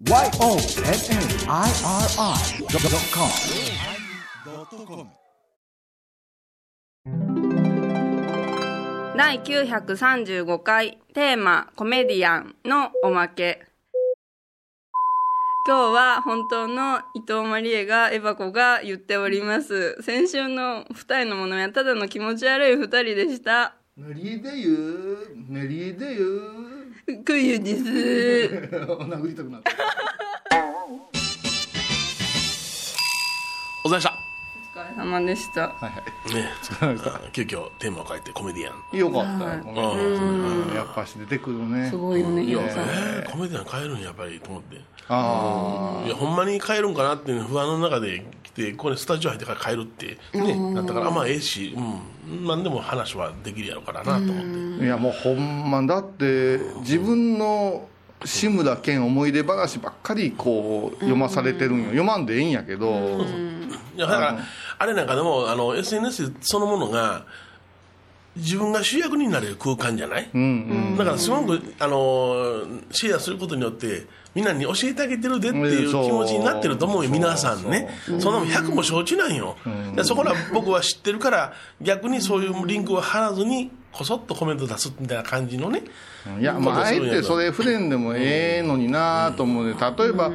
YONNIRI.com 第935回テーマコメディアンのおまけ。今日は本当の伊藤マリエがエバコが言っております。先週の二人のものはただの気持ち悪い二人でした。 塗りで言う塗りで言うクユです。 殴りたくなったお疲れ様でした。 お疲れ様でした。 はいはいね、急遽テーマを変えてコメディアン。 よかったよ、やっぱし出てくるね。 すごいよね、よさ。 コメディアン変えるんやっぱりと思って。 あいやほんまに変えるんかなっていう不安の中で来て、これスタジオ入ってから変えるってね、なったからまあええし、なんでも話はできるやろうからなと思って。 いやもうほんまだって自分の志村けん思い出話ばっかりこう読まされてるんよ。読まんでええんやけど、 いやだからあれなんかでもSNS そのものが自分が主役になれる空間じゃない、だからすごくシェアすることによってみんなに教えてあげてるでっていう気持ちになってると思うよ、皆さんね。そんなもん100も承知なんよ、でそこら僕は知ってるから逆にそういうリンクを貼らずにこそっとコメント出すみたいな感じのね。 いやまああえてそれ触れんでもええのになと思うね。例えば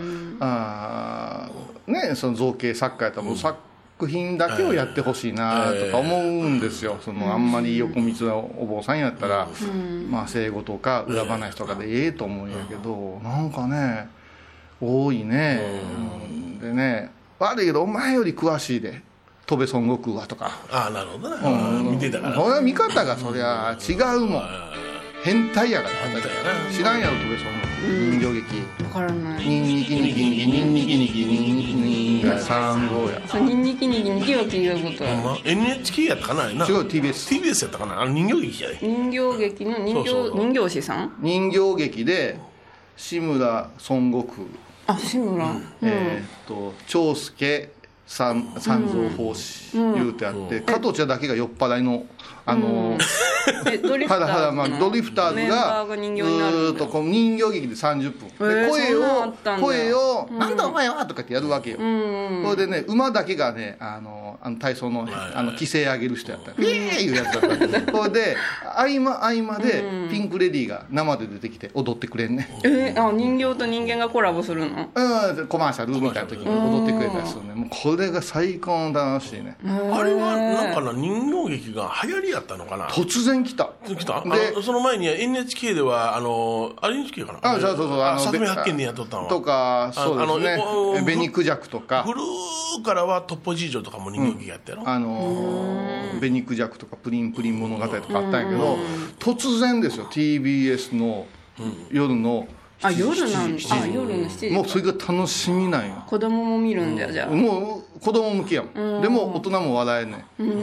ね、その造形作家やったらもう作品だけをやってほしいなとか思うんですよ。そのあんまり横道なお坊さんやったら、まあ生後とか裏話とかでええと思うんやけど、なんかね多いね、でね、悪いけどお前より詳しいで戸部孫悟空はとか。 ああなるほどな、見てたから。 それは見方がそりゃ違うもん。変態やから知らんやろ戸部孫悟空。人形劇わからない。 ニンニキニキニキニンニキニキニンが3号や。 そう、ニンニキニキニキは聞いたことある。 NHK やったかな。 違う TBS やったかな。人形劇やで。 人形劇の人形師さん。 人形劇で志村孫悟空、 志村、 長介三蔵法師言うてあって、加藤茶だけが酔っ払いのドリフターズがずーっとこう人形劇で30分で声をなんだお前はとかってやるわけよ。それでね、馬だけがね体操の規制上げる人やったらイエーイいうやつだったんで、それで合間でピンク・レディーが生で出てきて踊ってくれんね。 人形と人間がコラボするの？ コマーシャルみたいな時に踊ってくれたりするね。もうこれが最高の楽しいね。 あれはなんかな、人形劇が流行りやったのかな。 突然来たでその前に NHK ではNHK かな、 そう里見八犬でやっとったのとか、そうですね、紅クジャクとか、 古からはトッポジージョとかも人形劇やったやろ。 紅クジャクとかプリンプリン物語とかあったんやけど、突然ですよ TBS の夜の夜なんだ。夜の7時。 もうそれが楽しみなんよ。 子供も見るんだよ、じゃあ。 もう子供向きやもん。でも大人も笑えね。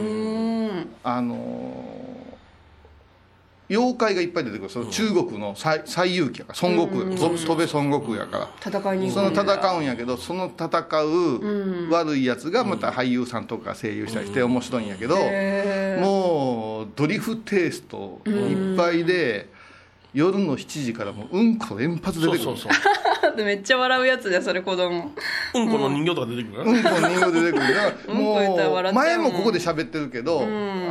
妖怪がいっぱい出てくる。その中国の西遊記やから孫悟空、戸部孫悟空やから戦いにその戦うんやけど、その戦う悪いやつがまた俳優さんとか声優したりして面白いんやけど、もうドリフテイストいっぱいで夜の7時からもううんこ連発出てくる。 めっちゃ笑うやつじゃ、それ子供。 うんこの人形とか出てくる。 うんこの人形出てくる。もう前もここで喋ってるけど、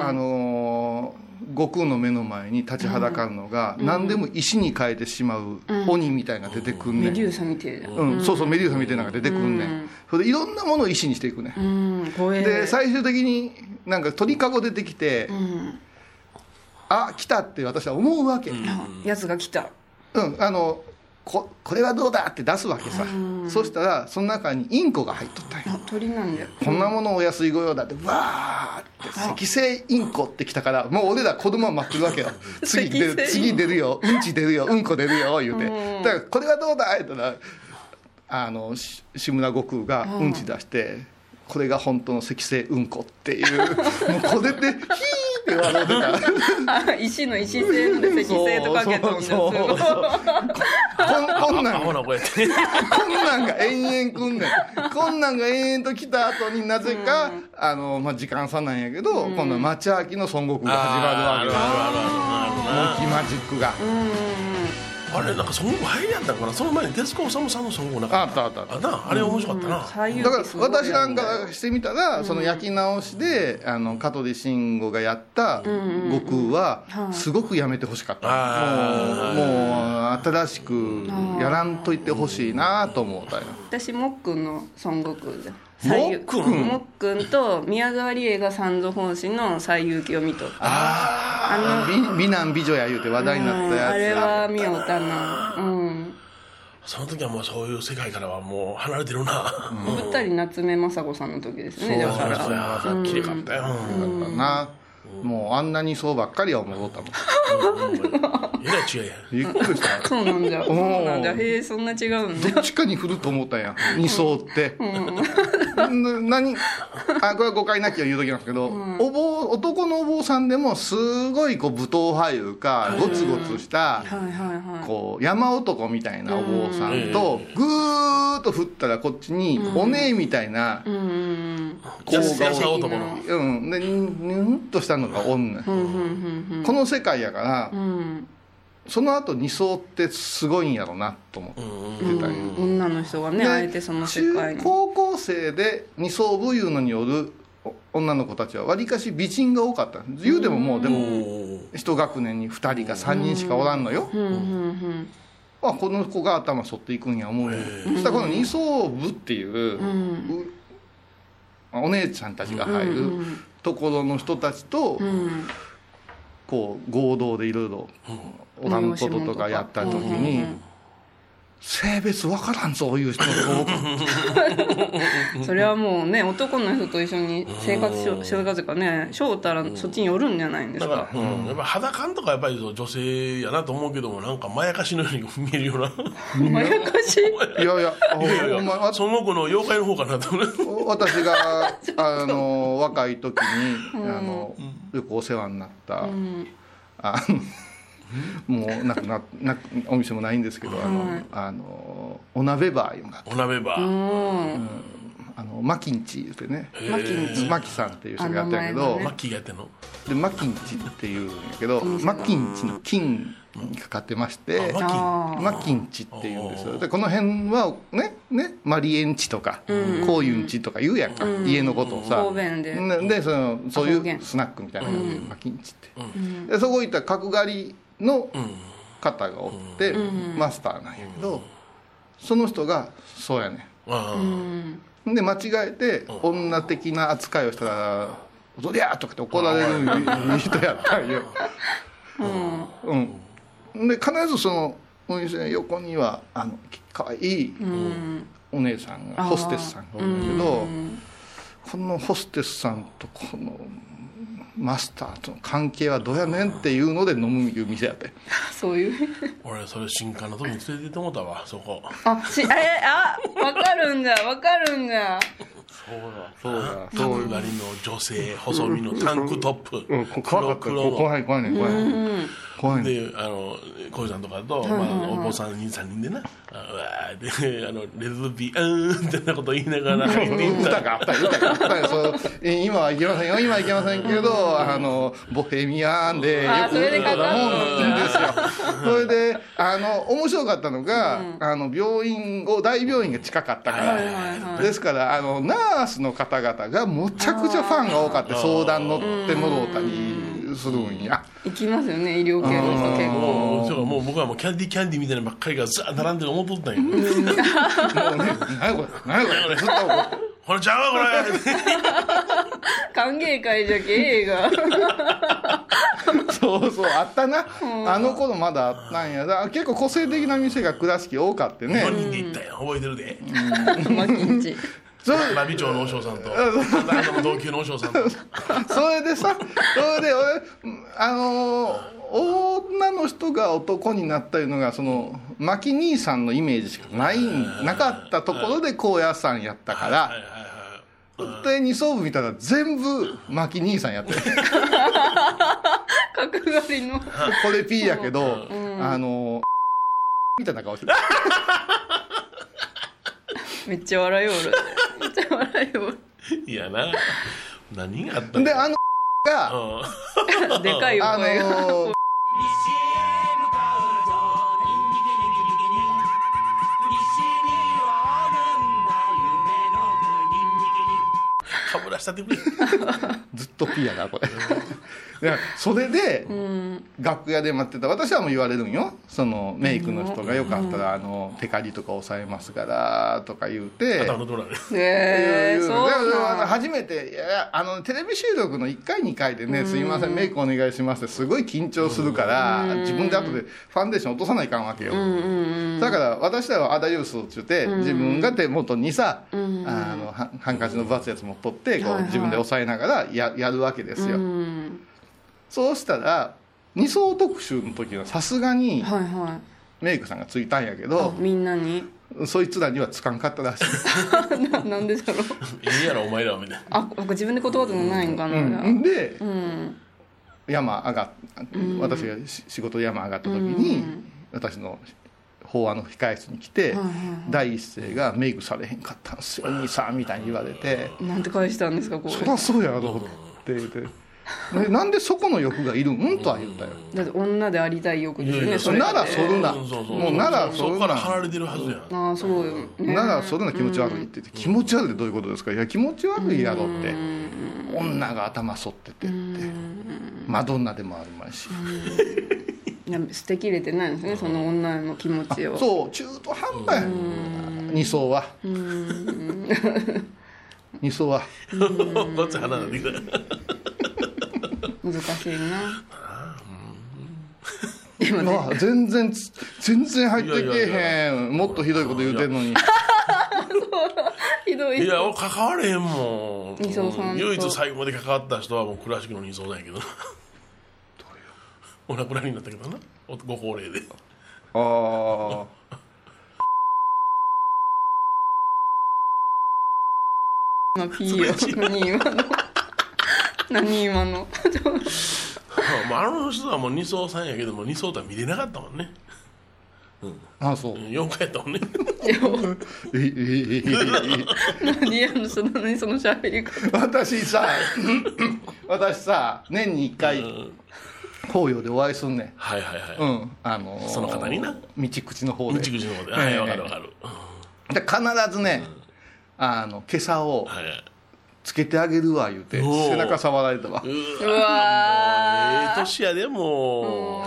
悟空の目の前に立ちはだかるのが、何でも石に変えてしまう鬼みたいなのが出てくんねん。 メデューサみたいな。 そうそう、メデューサみたいなのが出てくんねん。それでいろんなものを石にしていくねん。で最終的になんか鳥かご出てきて、来たって私は思うわけ。 やつが来た。 これはどうだって出すわけさ。そしたらその中にインコが入っとったんよ。 鳥なんだよ。 こんなものお安いご用だってわーって赤星インコってきたから、もう俺ら子供は待ってるわけよ。次出るよ、うんち出るよ、うんこ出るよ言うて、だからこれはどうだって言ったら志村悟空がうんち出して、これが本当の赤星うんこっていう、もうこれでヒーって笑うてた。 石の石製ので赤星とかけたんですよ。 こんなんが延々くんねん。こんなんが延々と来た後になぜか時間差なんやけど、今度は町明の孫悟空が始まるわけだ。モキマジックが。 あれなんか孫悟空入りやったんかな。その前に徹子治さんの孫悟空なんかあったな、あれ面白かったな。 だから私なんかしてみたら、その焼き直しで香取慎吾がやった悟空はすごくやめてほしかった。もう新しくやらんといてほしいなと思ったよ。 私もっくんの孫悟空で、 もっくんと宮沢りえが三蔵法師の西遊記を見とった。 美男美女や言うて話題になったやつ。 あれは見ようたな。 その時はもうそういう世界からはもう離れてるな。 お二人夏目雅子さんの時ですね。だからきれかったよ。 な。もうあんなにそうばっかりは思ったもん。 えらい違いや。 びっくりした。 そうなんじゃ。へえ、そんな違うんだ。 どっちかに振ると思ったんや、二層って。何、これは誤解なきを言うときなんですけど、男のお坊さんでもすごいこう武闘派いうか、ゴツゴツしたこう山男みたいなお坊さんと、ぐーっと振ったらこっちにお姉みたいな甲賀男の、 でぬんとしたのが女。この世界やから、その後二層ってすごいんやろうなと思ってたんよ。 女の人がね、あえてその世界に。 高校生で二層部いうのによる女の子たちはわりかし美人が多かった。言うでももうでも一学年に2人か3人しかおらんのよ。この子が頭反っていくんや思うよ。そしたらこの二層部っていうお姉ちゃんたちが入るところの人たちとこう合同でいろいろおらんこととかやった時に、性別分からんぞいう人が多かった。 それはもうね、男の人と一緒に生活がね、翔太らそっちによるんじゃないんですか。 だからやっぱ肌感とかやっぱり女性やなと思うけども、なんかまやかしのように見えるような。 まやかし。 いや孫悟空の妖怪の方かなと思う。 私が若い時によくお世話になったもうなくなお店もないんですけど、お鍋バーいうのがあって、 お鍋バー、 マキンチ言ってね、マキさんっていう人がやったんやけど、 マッキーがやってんのでマキンチっていうんやけど、マキンチの金にかかってまして、マキンチっていうんですよ。でこの辺はねマリエンチとかコウユンチとか言うやんか、家のことをさ。でそういうスナックみたいな感じでマキンチって、でそこ行った角刈りの方がおってマスターなんやけど、その人がそうやねん。で間違えて女的な扱いをしたら「そりゃ!」とかって怒られる人やったんよ。で必ずそのお店の横にはかわいいお姉さんが、ホステスさんがおるんだけど、このホステスさんとこのマスターとの関係はどうやねんっていうので飲むいう店やって。 そういう俺それ新刊の時に連れて行ってもらったわ、そこ。 分かるんだそうだ角刈りの女性、細身のタンクトップ、 怖いねで小路さんとかと、お坊さん2、3人でな、レズビアンってなこと言いながら入っていった。 歌があったよ。今はいけませんけどボヘミアンでよく歌だもんですよ。それで面白かったのが、大病院が近かったから、ですからナースの方々がむちゃくちゃファンが多かった。相談乗ってもろうたりするんや。 行きますよね、医療系の人結構。 もう僕はもうキャンディーみたいなばっかりがずっと並んでる思っとったんや。もうね、何これずっとこれちゃうわこれ。 歓迎会じゃけ映画。 そうあったな。あの頃まだあったんや。結構個性的な店が倉敷多かってね。 4人で行ったんや、覚えてるで。 マキンチ。 真備町の和尚さんと同級の和尚さんと。 それで俺女の人が男になったいうのがその牧兄さんのイメージしかなかったところで高野山やったから、で二層部見たら全部牧兄さんやってる。 角刈りのこれ P やけどみたいな顔してる。 めっちゃ笑いよる。 いやな、何があったんでがでかい声がしたってくれずっとピアだこれそれで、楽屋で待ってた私はもう言われるんよ、そのメイクの人がよかったらテカリとか抑えますからとか言うて、 そう初めてテレビ収録の1回2回でね、すいませんメイクお願いしますってすごい緊張するから、自分で後でファンデーション落とさないかんわけよ、だから私らは大丈夫そうって言って、自分が手元にさ、ハンカチの分厚いやつも取ってこう、自分で押さえながらやるわけですよ、そうしたら2層特集の時はさすがにメイクさんがついたんやけど、 みんなにそいつらにはつかんかったらしいなんでだろういいやろお前らはみたいな、 自分で言葉ってないんかな、 で、山上がっ私が仕事で山上がった時に、私の法話の控え室に来て、第一声が「メイクされへんかったんすよ兄さん」みたいに言われて、 なんて返したんですかこれ。 そりゃそうやろって言ってなんでそこの欲がいるんとは言ったよ。 だって女でありたい欲ですよね。 ならそるな、もうならそるな、 そこから離れてるはずやん。 ああそうよね。 ならそるな気持ち悪いって言って、気持ち悪いってどういうことですか。いや気持ち悪いやろって、女が頭反っててって、マドンナでもあるまいし、 いや捨てきれてないんですね、その女の気持ちを。 そう中途半端や二層は二層はこっち鼻ができた難しいな。 全然入ってけへん。もっとひどいこと言うてんのにひどい。 いや俺関われへんもん。 二層さんと唯一最後まで関わった人はもう倉敷の二層なんやけどお亡くなりになったけどな、ご高齢で。 ああピーよ。何今のあの人はもう二層さんやけども、二層とは見れなかったもんね。 ああそう。 4回やったもんね。 何その喋り方。 私さ年に1回法要でお会いすんねん。 はいはいはい。その方にな、 道口の方で。 道口の方で。はい、わかるわかる。 で必ずね、今朝をつけてあげるわ言うて背中触られたわ。 うわ年やでもう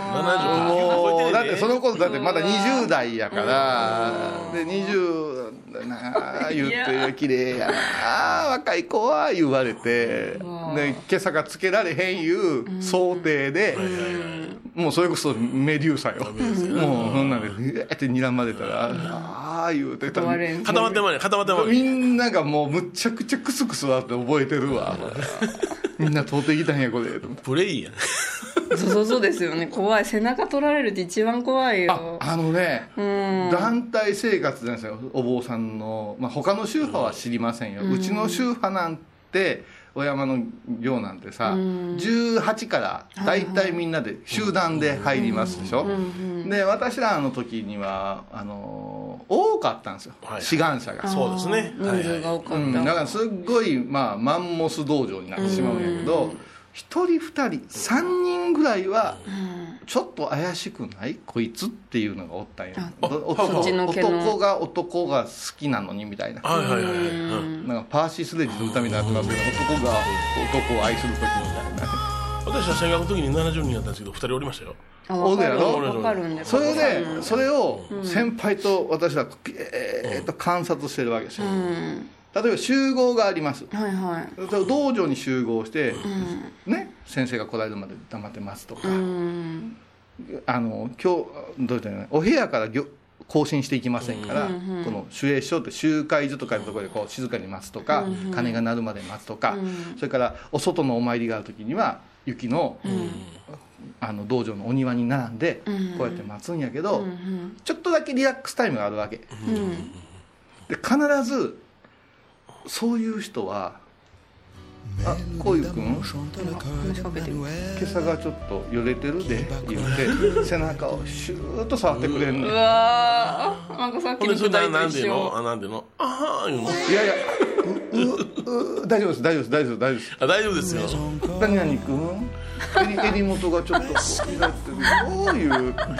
70だってその頃だってまだ20代やからで20な言って綺麗やな若い子は言われて、で今朝がつけられへんいう想定で、もうそれこそメデューサよ。もうそんなんでって睨まれたらああ言うてた固まってまいみんながもうむちゃくちゃクスクスだって覚えてるわみんな通ってきたんやこれプレイやんそうですよね。怖い。背中取られるって一番怖いよ。 団体生活なんですよお坊さんの、他の宗派は知りませんよ、うちの宗派なんてお山の行なんてさ、18から大体みんなで集団で入りますでしょ、で私らの時には多かったんですよ、志願者が。 そうですね、 人数が多かった、 だからすっごいマンモス道場になってしまうんやけど、1人2人3人ぐらいはちょっと怪しくないこいつっていうのがおったんや。男が好きなのにみたいな、なんかパーシースレッジの歌みたいになってますけど、男が男を愛する時みたいな。 私は進学の時に70人だったんですけど2人おりましたよ。 おるやろ。 分かるんで。 それでそれを先輩と私は観察してるわけですよ。例えば集合があります、道場に集合して、先生が来られるまで黙ってますとか、今日どう言ったらいいの、お部屋から更新していきませんから、この守衛所って集会所とかいうところでこう静かに待つとか、鐘が鳴るまで待つとか、それからお外のお参りがある時には雪の、道場のお庭に並んでこうやって待つんやけど、ちょっとだけリラックスタイムがあるわけ、で必ずそういう人はこういうくん今朝がちょっとよれてるで言って背中をシューッと触ってくれるの。 うわー、なんかさっきのくだりと一緒。 なんでのああいうの。 いやいや大丈夫です大丈夫ですよ。何々くん襟元がちょっとこう開いてるよ言うて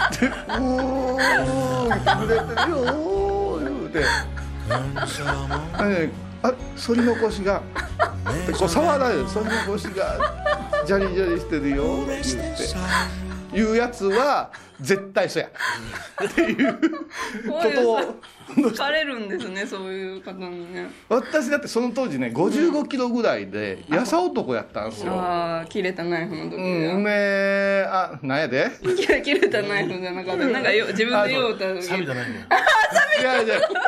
触れてるよ言うて反り残しがってこう触られる、その腰がジャリジャリしてるよって言うやつは絶対そうやっていうことを疲れるんですね、そういう方にね。 私だってその当時ね55キロぐらいでやさ男やったんですよ。 ああ、切れたナイフの時で、 なんやで切れたナイフじゃなかった、なんか自分で言おうとサビじゃないの。 いや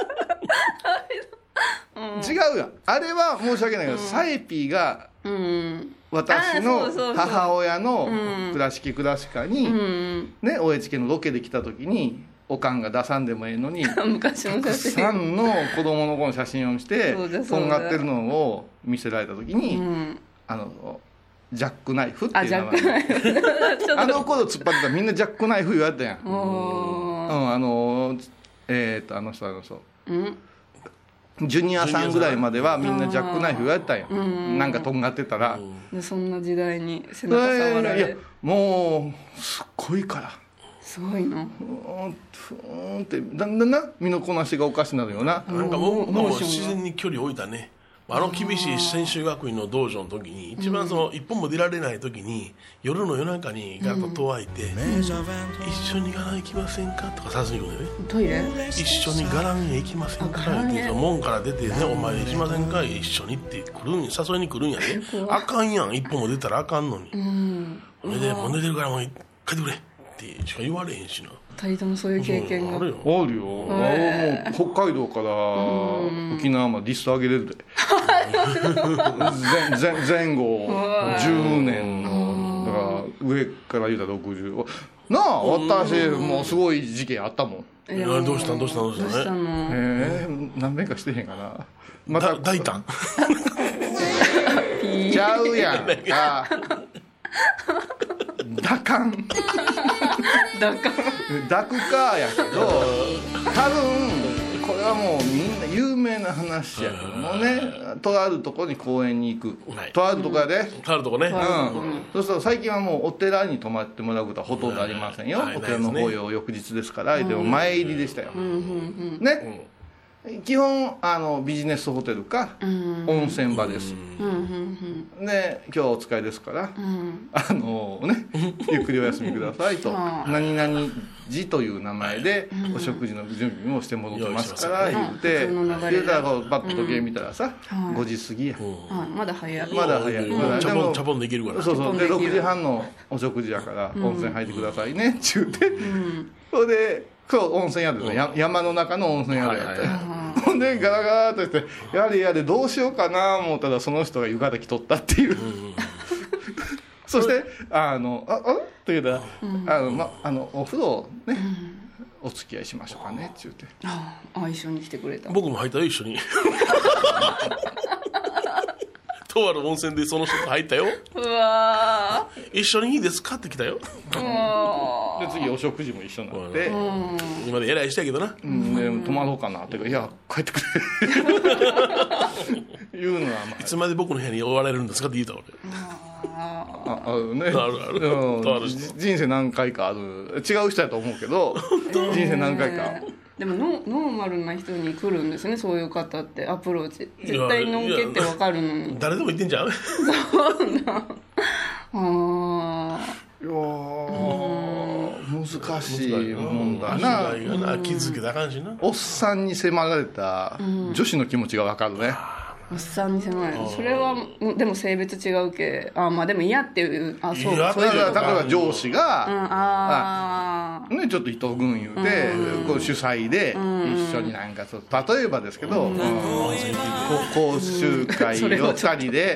違うよ、あれは申し訳ないけど、サエピーが私の母親の倉敷クラシカにね OHK のロケで来た時におかんが出さんでもええのに昔の写真、 たくさんの子供の子の写真を見てとんがってるのを見せられた時に、ジャックナイフっていう名前あの頃突っ張ってたらみんなジャックナイフ言われたやん。あの人ジュニアさんぐらいまっではみんなジャックナイフ言われたんや、なんかとんがってたら。 でそんな時代に背中触られ、 いやもうすっごいから、 すごいな、 ふーんってだんだんな身のこなしがおかしなるよな。 なんかもう自然に距離を置いたね。厳しい専修学院の道場の時に一番一本も出られない時に夜の夜中にガッと戸開いて、一緒にガラン行きませんかとかさすに行くんだよね。 トイレ一緒にガランへ行きませんかって門から出てね、お前行きませんか一緒にって来るん、誘いに来るんやね。あかんやん、一本も出たらあかんのに、それでもう寝てるからもう帰ってくれってしか言われへんしな。 2人ともそういう経験があるよ。もう北海道から沖縄までリスト上げれるで前後10年のだから上から言うたら60なあ、私もうすごい事件あったもん。 どうしたの何遍かしてへんかな。また大胆ちゃうやんかダカンダクカーやけど、多分これはもうみんな有名な話やけどもね、とあるとこに公園に行く、とあるとこやで、 とあるとこね、 そうすると最近はもうお寺に泊まってもらうことはほとんどありませんよ。お寺の法要翌日ですから、でも前入りでしたよね。基本ビジネスホテルか温泉場です。で今日お疲れですから、ゆっくりお休みくださいと何々寺という名前でお食事の準備もして戻ってますから言うて、言うたらバッと時計見たらさ5時過ぎや。 まだ早いまだ早い。 チャポンできるから。 そうそうで6時半のお食事やから温泉入ってくださいねって言うて、それで温泉宿で山の中の温泉宿やって、ほんでガラガラっとしてやれどうしようかな思ったらその人が浴衣着とったっていうそしてあって言うたらお風呂ねお付き合いしましょうかねって言って、 一緒に来てくれた。 僕も入ったよ一緒にとある温泉でその人と入ったよ。 うわ一緒にいいですかって来たよ。 で次お食事も一緒になって、 今まで偉いしたけどな、 で泊まろうかなって言うから、いや帰ってくれ言うのは、 いつまで僕の部屋に追われるんですかって言うた俺。 ある人生何回かある、違う人やと思うけど人生何回か。 でもノーマルな人に来るんですね、そういう方ってアプローチ。絶対のんけって分かるのに。 誰でも言ってんじゃん。 いや難しいもんだな。 気づけたらあかんしな。 おっさんに迫られた女子の気持ちが分かるね。 おっさんに迫られる、それはでも性別違うけ、でも嫌っていう、そうだから上司がちょっと伊藤軍言うて主催で一緒になんか例えばですけど講習会を2人で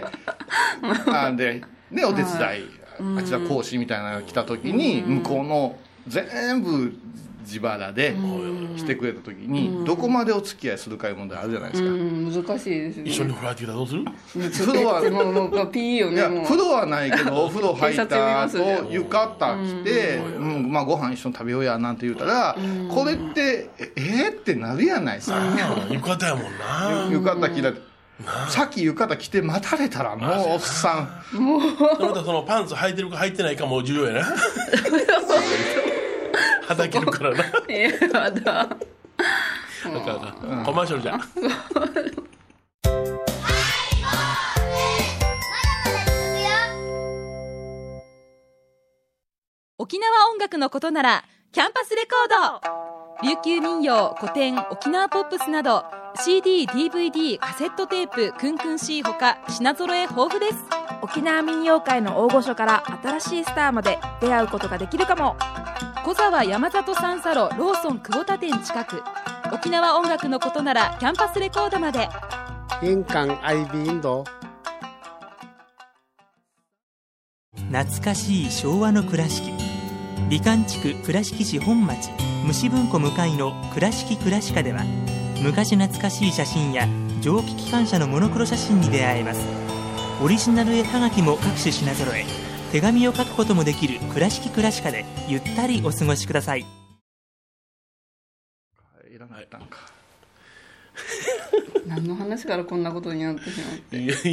お手伝い、あちら講師みたいなのが来た時に向こうの全部自腹でしてくれた時にどこまでお付き合いするかいう問題あるじゃないですか。 難しいですね。 一緒にフライティーだどうする？ 風呂はもうピーよね。 いや風呂はないけどお風呂入った後浴衣着てご飯一緒に食べようやなんて言うたら、これってってなるやないですか。 浴衣やもんな。 浴衣着られてさっき浴衣着て待たれたらもうおっさんまたそのパンツ履いてるか履いてないかも重要やな。はだけるからな。 やだ。 コマーシャルじゃん。 沖縄音楽のことならキャンパスレコード。琉球民謡、古典、沖縄ポップスなど CD、DVD、カセットテープ、クンクン C ほか品揃え豊富です。 沖縄民謡界の大御所から新しいスターまで出会うことができるかも。 小沢山里三佐路ローソン久保田店近く。沖縄音楽のことならキャンパスレコードまで。 印港 IB 印度。 懐かしい昭和の倉敷。美観地区倉敷市本町虫文庫向かいの倉敷倉歯科では、昔懐かしい写真や蒸気機関車のモノクロ写真に出会えます。オリジナル絵はがきも各種品揃え、手紙を書くこともできる倉敷倉歯科でゆったりお過ごしください。 いらなかったんか。 何の話からこんなことになってしまって。 いや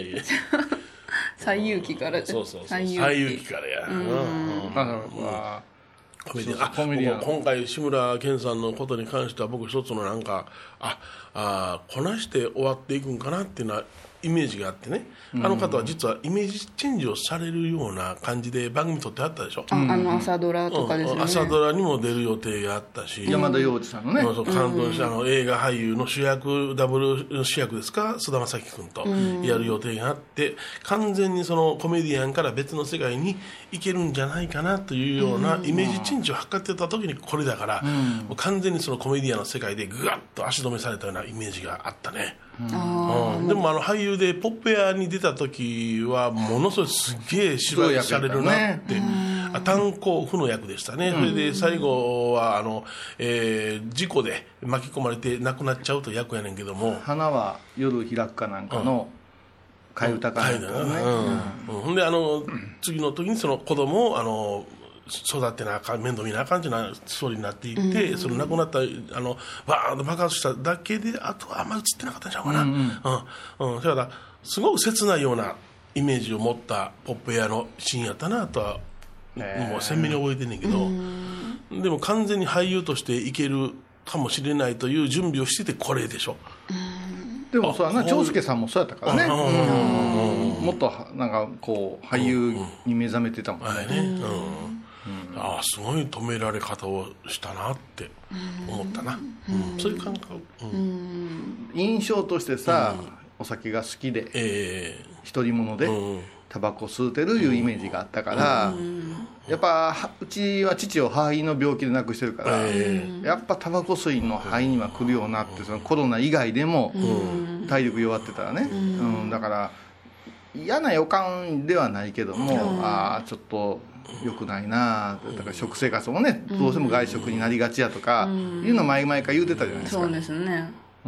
西遊記から。 そう西遊記からや。コメディアン。今回志村けんさんのことに関しては僕一つのなんかこなして終わっていくんかなっていうのはイメージがあってね、あの方は実はイメージチェンジをされるような感じで番組撮ってあったでしょ。 朝ドラとかですよね。 朝ドラにも出る予定があったし、 山田洋次さんのね、 感動した映画俳優の主役、ダブル主役ですか、菅田将暉君とやる予定があって、完全にそのコメディアンから別の世界に行けるんじゃないかなというようなイメージチェンジを図ってた時にこれだから、もう完全にそのコメディアンの世界でぐわっと足止めされたようなイメージがあったね。でも俳優でポップ屋に出た時はものすごいすげえ芝居されるなって、炭鉱夫の役でしたね。それで最後は事故で巻き込まれて亡くなっちゃうという役やねんけども、 花は夜開くかなんかの替え歌かなんかね。 ほんで次の時にその子供を育てなあかん、面倒見なあかんっていうようなストーリーになっていって、その亡くなったバーンと爆発しただけであとはあんまり映ってなかったんちゃうかな。だからすごく切ないようなイメージを持ったポップエアのシーンやったなとはもう鮮明に覚えてんねんけど、でも完全に俳優としていけるかもしれないという準備をしててこれでしょ。 でもそうやな、長介さんもそうやったからね。もっとなんかこう俳優に目覚めてたもんね。 すごい止められ方をしたなって思ったな。そういう感覚。 印象としてさ、お酒が好きで独り者でタバコ吸うてるいうイメージがあったから、やっぱうちは父を肺の病気で亡くしてるから、やっぱタバコ吸いの肺には来るようなって、そのコロナ以外でも体力弱ってたらね、だから嫌な予感ではないけども、ちょっと良くないな。だから食生活もね、どうしても外食になりがちやとかいうの前々から言うてたじゃないですか。 そうですね。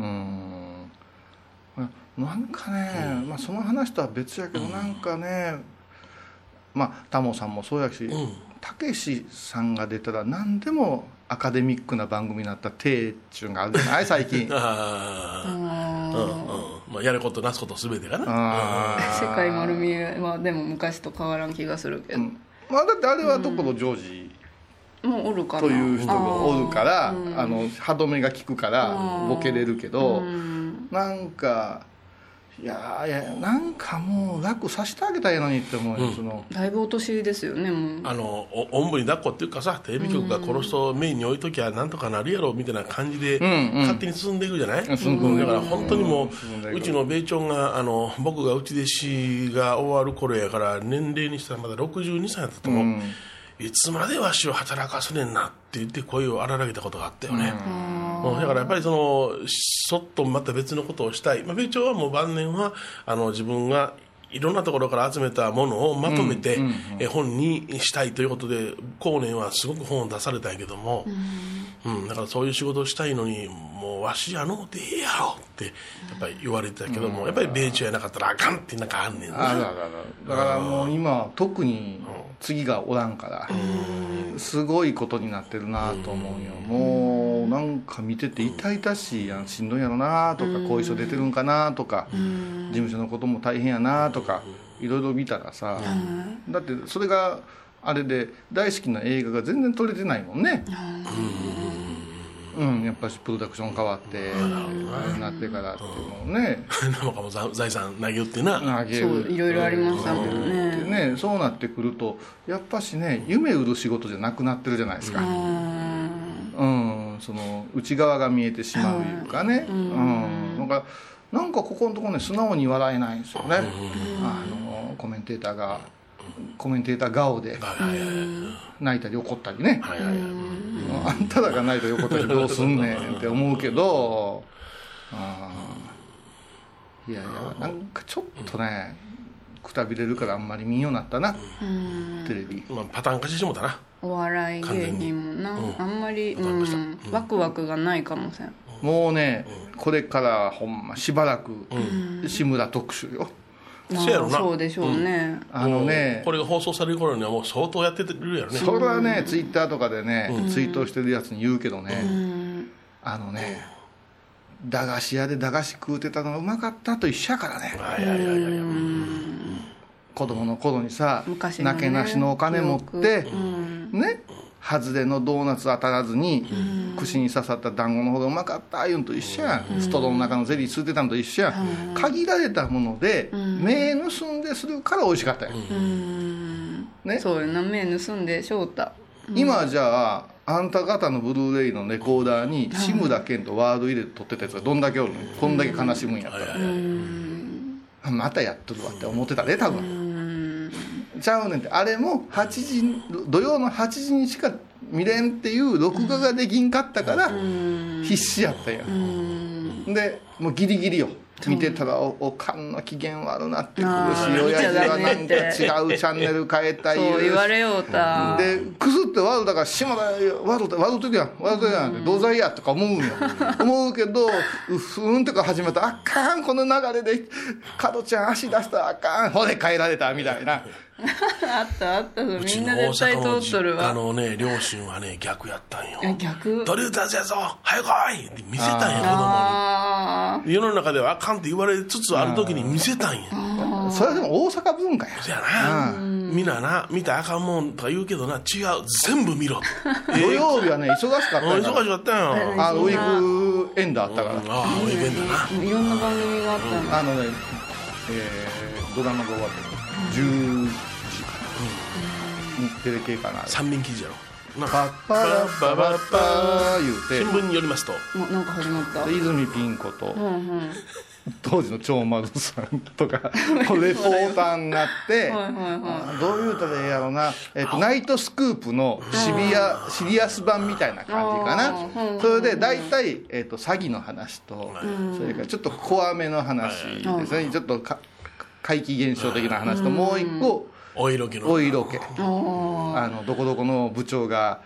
なんかね、その話とは別やけど、なんかね、タモさんもそうやしたけしさんが出たら何でもアカデミックな番組になった体っちゅうのがあるじゃない最近。 やることなすこと全てかな。 世界丸見えはでも昔と変わらん気がするけど、 だってあれは所ジョージもうおるかなという人がおるから、歯止めが効くからボケれるけど、なんかいやなんかもう楽させてあげたいのにって思うよ。 だいぶお年ですよね。もうおんぶに抱っこっていうかさ、テレビ局がこの人をメインに置いときゃなんとかなるやろみたいな感じで勝手に進んでいくじゃない。だから本当にもううちの米朝が僕がうち弟子が終わる頃やから、年齢にしたらまだ62歳だったと思う。いつまでわしを働かすねんなって言って声を荒らげたことがあったよね。だからやっぱりそっとまた別のことをしたい。米朝はもう晩年は自分がいろんなところから集めたものをまとめて本にしたいということで、後年はすごく本を出されたんやけども、だからそういう仕事をしたいのに、もうわしやのうてええやろってやっぱり言われてたけども、やっぱり米朝やなかったらあかんってなんかあんねんな。 だからもう今特に次がおらんからすごいことになってるなと思うよ。もうなんか見てて痛々しいやん、しんどいやろなとか、後遺症出てるんかなとか、事務所のことも大変やなとかいろいろ見たらさ、だってそれがあれで大好きな映画が全然撮れてないもんね。 やっぱりプロダクション変わってなってからっていうのをねなんかもう財産投げよってなそういろいろありましたもんね。 そうなってくるとやっぱしね夢売る仕事じゃなくなってるじゃないですか。その内側が見えてしまういうかね、なんかここのところね素直に笑えないんですよね。コメンテーター顔で泣いたり怒ったりね、あんたらが泣いたり怒ったりどうすんねんって思うけど、いやいやなんかちょっとねくたびれるからあんまり見んようになったな、テレビ、 パターン化してもたな。 お笑い芸人もな、あんまり、ワクワクがないかもしれん。 もうねこれからほんましばらく志村特集よ。 そうでしょうね。 これが放送される頃にはもう相当やってるやろね。 それはねツイッターとかでね、ツイートしてるやつに言うけどね、駄菓子屋で駄菓子食うてたのがうまかったと一緒やからね。子供の頃にさ、なけなしのお金持ってね、外れのドーナツ当たらずに串に刺さった団子の方がうまかったいうのと一緒やん。ストローの中のゼリー吸ってたのと一緒やん。限られたもので目盗んでするから美味しかったやん。 そうやな、目盗んで翔太。 今じゃああんた方のブルーレイのレコーダーに志村けんとワード入れて撮ってたやつがどんだけおるのにこんだけ悲しむんやったら、またやっとるわって思ってたね多分。ちゃうねんって、あれも土曜の8時にしか見れんっていう録画ができんかったから必死やったやん。でもうギリギリよ。見てたらおかんの機嫌悪なってくるし、親父はなんか違うチャンネル変えたいそう言われようたでクスって悪だから島田悪ときやんって同罪やとか思うんよ思うけどとか始めたらあかんこの流れで角ちゃん足出したらあかんほれ変えられたみたいなあったみんな絶対通っとるわ。 両親はね逆やったんよ。 逆ドリューターズやぞ早く来いって見せたんや子供に。世の中ではあかんって言われつつある時に見せたんや。 それでも大阪文化や。 そやな、みんなな見たらあかんもんとか言うけどな、違う全部見ろ土曜日はね忙しかったよ。 忙しかったよ。 ウィークエンダーあったから。 ウィークエンダーな、 いろんな番組があったの。 ドラマが終わって10時かな、日テレ系かな、 三面記事やろ。 パッパラッパパッパ言うて新聞によりますとなんか始まった。 泉ピン子と、当時の長丸さんとかレポーターになってどういう歌でええやろな、ナイトスクープのシリアス版みたいな感じかな。それで大体、詐欺の話と、それからちょっと怖めの話ですね、ちょっと怪奇現象的な話と、もう一個お色気のお色気、どこどこの部長が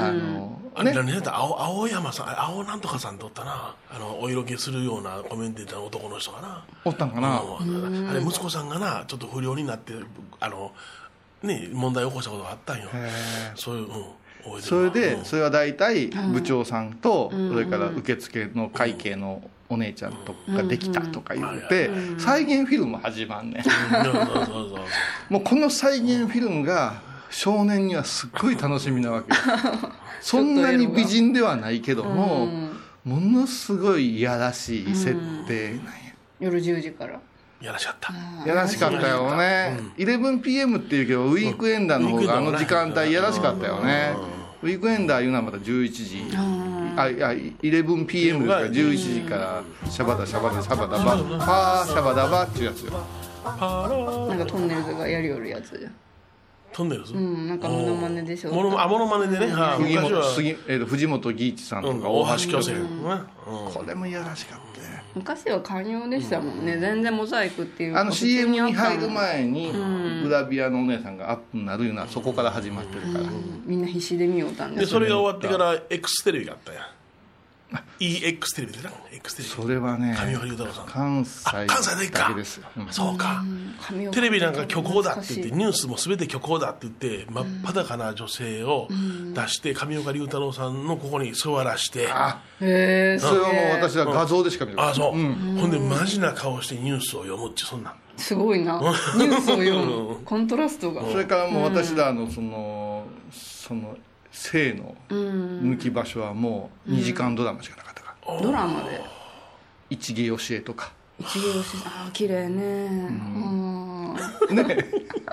青山さん、青なんとかさんっておったな、お色気するようなコメンテーターの男の人がなおったんかな。 あれ息子さんがなちょっと不良になって問題を起こしたことがあったんよ。そういう、 それでそれは大体部長さんと、それから受付の会計のお姉ちゃんとかできたとか言って再現フィルム始まんねん。もうこの再現フィルムが少年にはすっごい楽しみなわけそんなに美人ではないけども、ものすごいいやらしい設定なんや。 夜10時からやらしかった。 やらしかったよね。11PM っていうけどウィークエンダーの方が時間帯やらしかったよね。ウィークエンダーいうのはまた11時、11PM が11時からシャバダシャバダシャバダバパーシャバダバっていうやつよ。 なんかトンネルズがやりよるやつじゃん。 トンネルズ、 なんかモノマネでしょ。 モノマネでね、 藤本義一さんとか大橋巨泉、 これもいやらしかった。 昔は寛容でしたもんね、全然モザイクっていう CM に入る前にグラビアのお姉さんがアップになるような、そこから始まってるから、 みんな必死で見ようたんで、それが終わってから X テレビがあったやん。EX テレビでな、X テレビ。 それはね、 上岡龍太郎さん。 関西だけですよ。 そうか。テレビなんか虚構だって言って、ニュースも全て虚構だって言って、真っ裸な女性を出して、上岡龍太郎さんのここに座らして。 それはもう私は画像でしか見る。 そう。ほんでマジな顔してニュースを読むって、そんな。 すごいな。ニュースを読む。コントラストが。 それからもう私らその性の抜き場所はもう2時間ドラマしかなかったから、 ドラマで一芸よしえとか一芸よしあ綺麗ね、 ね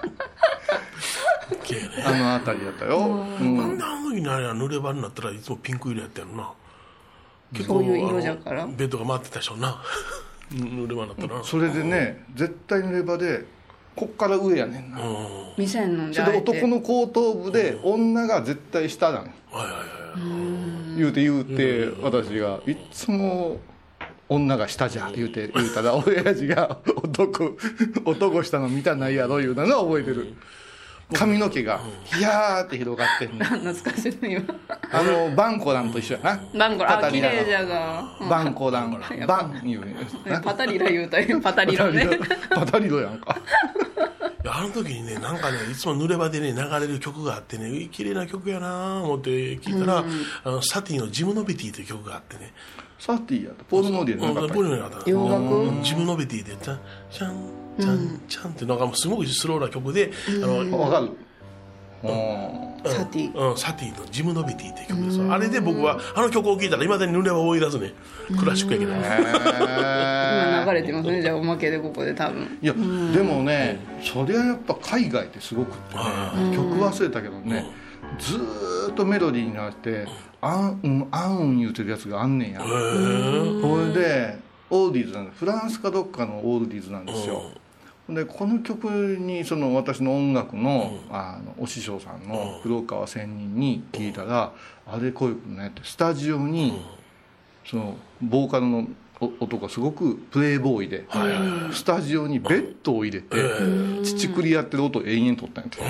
あの辺りだったよ、 なんであの時にあれは濡れ場になったらいつもピンク色やったやろな。 そういう色じゃからベッドが回ってたでしょうな濡れ場になったら、 それでね絶対濡れ場でこっから上やねんな、 見せんのんじゃそれで男の後頭部で女が絶対下だねん、言うて私がいつも女が下じゃ言うたら親父が男下の見たないやろ言うたのは覚えてる。髪の毛がヒヤーって広がってんね懐かしいの今バンコランと一緒やな。 バンコラン綺麗じゃがバンコランバン言うねパタリラ言うたよパタリロねパタリロやんか。 あの時にねなんかねいつも濡れ場でね流れる曲があってね綺麗な曲やな思って聞いたら、サティのジムノベティという曲があってね。 サティやとポール・ノーディーやなかった。 ポール・ノーディーやった洋楽ジムノベティでチャンチャンチャンチャンってなんかもうすごくスローな曲で、 わかる。 サティサティのジムノベティっていう曲ですよ。あれで僕はあの曲を聴いたらいまだに濡れ場を追い出すね。クラシックやけど今流れてますね。じゃあおまけでここで多分いやでもねそりゃやっぱ海外ってすごくってね曲忘れたけどねずーっとメロディーになってあん言うてるやつがあんねんや。それでオーディーズなんでフランスかどっかのオーディーズなんですよ。でこの曲にその私の音楽の、お師匠さんの黒川仙人に聞いたら、あれこういうことねってスタジオにそのボーカルの男がすごくプレイボーイで、スタジオにベッドを入れて乳繰りやってる音を延々とったんやて。そ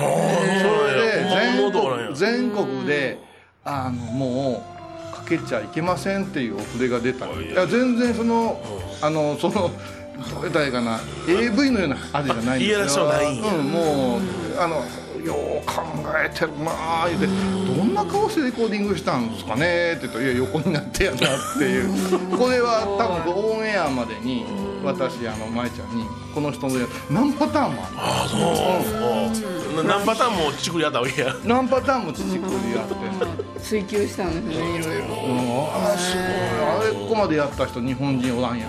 れで全国でもうかけちゃいけませんっていうお触れが出た。いや全然そのどれだいかな AV のようなあれじゃないんですよ。もうよう考えてるなあ言うてどんな顔してレコーディングしたんですかねって言ったらいや横になってやなっていうこれは多分オンエアまでに私舞ちゃんにこの人の何パターンもある。 何パターンも乳繰りやったわけや。 何パターンも乳繰りやって追求したんですねいろいろ。 すごいあれここまでやった人日本人おらんやん。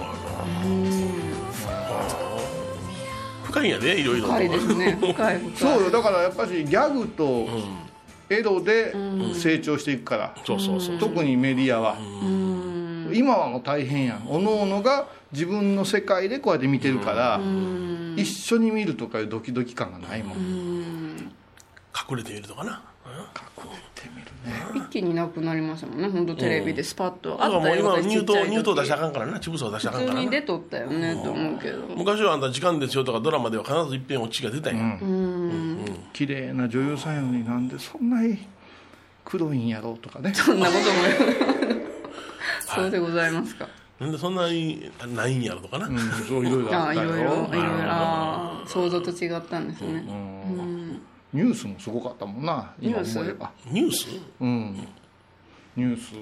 深いんやでいろいろ深いですね深いそうよだからやっぱりギャグとエロで成長していくから、特にメディアは今はもう大変やん。おのおのが自分の世界でこうやって見てるから一緒に見るとかいうドキドキ感がないもん。 隠れてみるとかな。 隠れてみるね。 一気になくなりましたもんね本当テレビでスパッとあったよ。今入党出したらあかんからなチブスを出したらあかんからな。 普通に出とったよねと思うけど昔はあんた時間ですよとかドラマでは必ず一遍オチが出たんや。 綺麗な女優さんやのになんでそんなに黒いんやろうとかね。 そんなこともそうでございますか。 なんでそんなにないんやろとかな。 そういろいろあったよ。 いろいろ想像と違ったんですね。 ニュースもすごかったもんな今思えば。 ニュースニュース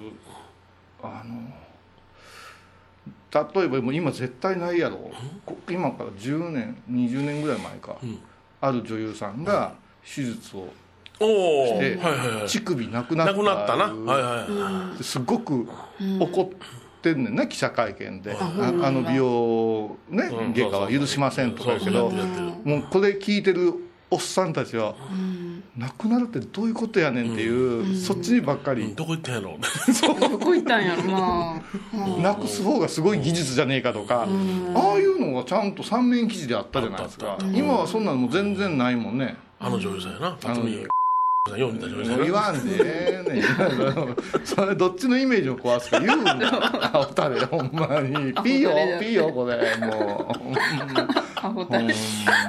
例えばもう今絶対ないやろ。今から10年20年ぐらい前か、ある女優さんが手術をして乳首なくなったな。すごく怒ってんねんな記者会見で。美容ね外科は許しませんとか言うけどもうこれ聞いてるおっさんたちは亡くなるってどういうことやねんっていうそっちにばっかりどこ行ったんやろどこ行ったんやろまあなくす方がすごい技術じゃねえかとかああいうのがちゃんと三面記事であったじゃないですか。今はそんなのも全然ないもんね。 女優さんやなよう見た女優さん言わんでええねんそれどっちのイメージを壊すか言うんだアホタレほんまにピーよこれもうアホタレ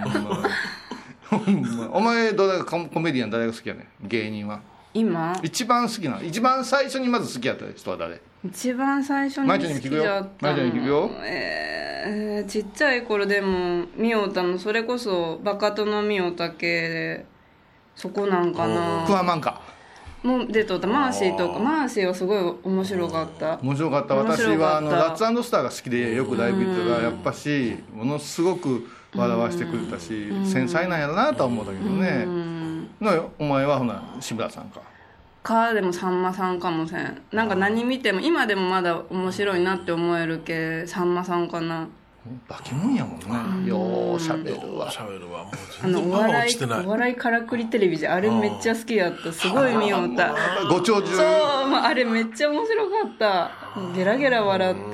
お前コメディアン誰が好きやねん芸人は。 今一番好きな一番最初にまず好きやった人は誰。 一番最初に好きだったのちっちゃい頃でもミオタのそれこそバカ殿ミオタ系でそこなんかな。 クワマンかもう出とったマーシーとかマーシーはすごい面白かった。 面白かった。私はラッツ&スターが好きでよくライブ行ってたらやっぱしものすごく笑わせてくれたし繊細なんやろなとは思うんだけどね。お前はほな志村さんか。 でもさんまさんかもせん。なんか何見ても今でもまだ面白いなって思えるけさんまさんかな。 バケモンやもんね。ようしゃべるわ。 もう全然パワー落ちてない。 お笑いからくりテレビじゃあれめっちゃ好きやった。すごい見よった。 ご長寿。 そう、あれめっちゃ面白かった。ゲラゲラ笑って。